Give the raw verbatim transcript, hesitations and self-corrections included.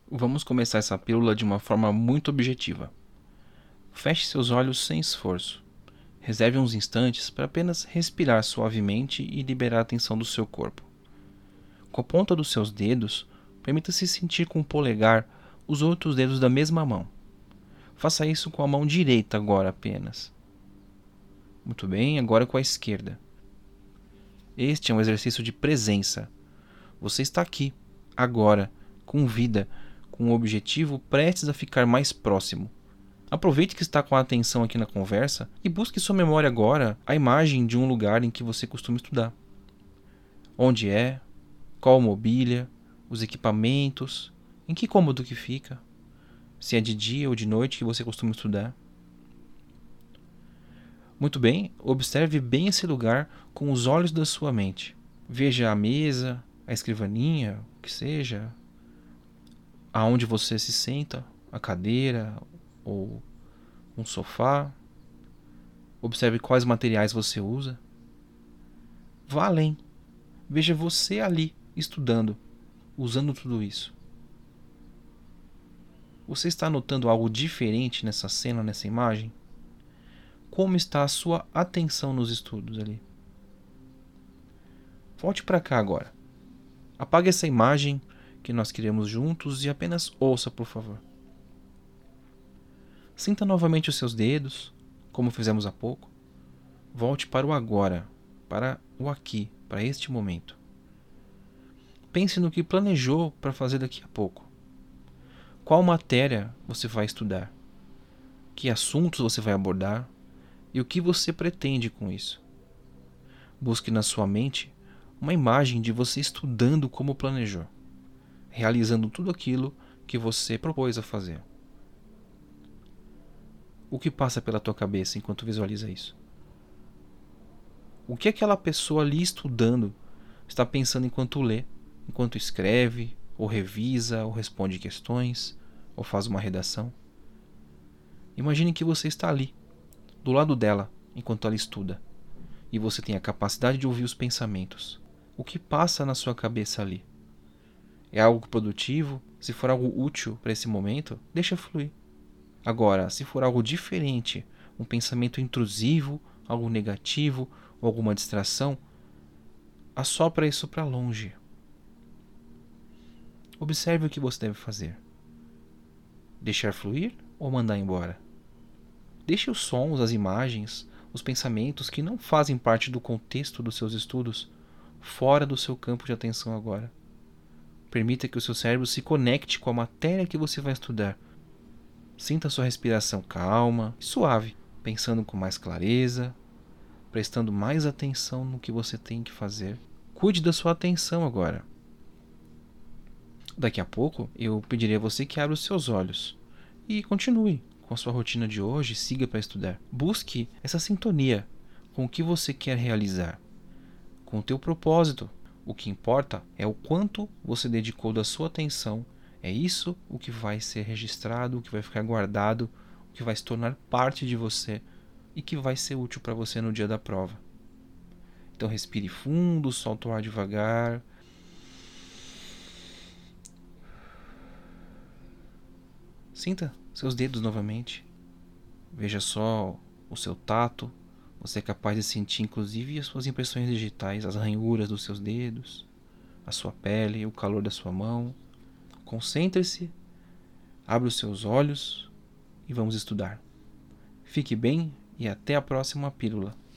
Vamos começar essa pílula de uma forma muito objetiva. Feche seus olhos sem esforço. Reserve uns instantes para apenas respirar suavemente e liberar a tensão do seu corpo. Com a ponta dos seus dedos, permita-se sentir com o polegar os outros dedos da mesma mão. Faça isso com a mão direita agora apenas. Muito bem, agora com a esquerda. Este é um exercício de presença. Você está aqui, agora, com vida, com um objetivo prestes a ficar mais próximo. Aproveite que está com a atenção aqui na conversa e busque em sua memória agora a imagem de um lugar em que você costuma estudar. Onde é? Qual a mobília? Os equipamentos? Em que cômodo que fica? Se é de dia ou de noite que você costuma estudar? Muito bem, observe bem esse lugar com os olhos da sua mente. Veja a mesa, a escrivaninha, o que seja, aonde você se senta, a cadeira ou um sofá. Observe quais materiais você usa. Vá além. Veja você ali, estudando, usando tudo isso. Você está notando algo diferente nessa cena, nessa imagem? Como está a sua atenção nos estudos ali? Volte para cá agora. Apague essa imagem que nós criamos juntos e apenas ouça, por favor. Sinta novamente os seus dedos, como fizemos há pouco. Volte para o agora, para o aqui, para este momento. Pense no que planejou para fazer daqui a pouco. Qual matéria você vai estudar? Que assuntos você vai abordar? E o que você pretende com isso? Busque na sua mente uma imagem de você estudando como planejou, realizando tudo aquilo que você propôs a fazer. O que passa pela tua cabeça enquanto visualiza isso? O que aquela pessoa ali estudando está pensando enquanto lê, enquanto escreve, ou revisa, ou responde questões, ou faz uma redação? Imagine que você está ali, do lado dela, enquanto ela estuda, e você tem a capacidade de ouvir os pensamentos. O que passa na sua cabeça ali? É algo produtivo? Se for algo útil para esse momento, deixa fluir. Agora, se for algo diferente, um pensamento intrusivo, algo negativo ou alguma distração, assopra isso para longe. Observe o que você deve fazer. Deixar fluir ou mandar embora? Deixe os sons, as imagens, os pensamentos que não fazem parte do contexto dos seus estudos fora do seu campo de atenção agora. Permita que o seu cérebro se conecte com a matéria que você vai estudar. Sinta a sua respiração calma e suave, pensando com mais clareza, prestando mais atenção no que você tem que fazer. Cuide da sua atenção agora. Daqui a pouco eu pedirei a você que abra os seus olhos e continue com a sua rotina de hoje, siga para estudar. Busque essa sintonia com o que você quer realizar, com o teu propósito. O que importa é o quanto você dedicou da sua atenção. É isso o que vai ser registrado, o que vai ficar guardado, o que vai se tornar parte de você e que vai ser útil para você no dia da prova. Então respire fundo, solte o ar devagar. Sinta seus dedos novamente. Veja só o seu tato. Você é capaz de sentir inclusive as suas impressões digitais, as ranhuras dos seus dedos, a sua pele, o calor da sua mão. Concentre-se, abra os seus olhos e vamos estudar. Fique bem e até a próxima pílula.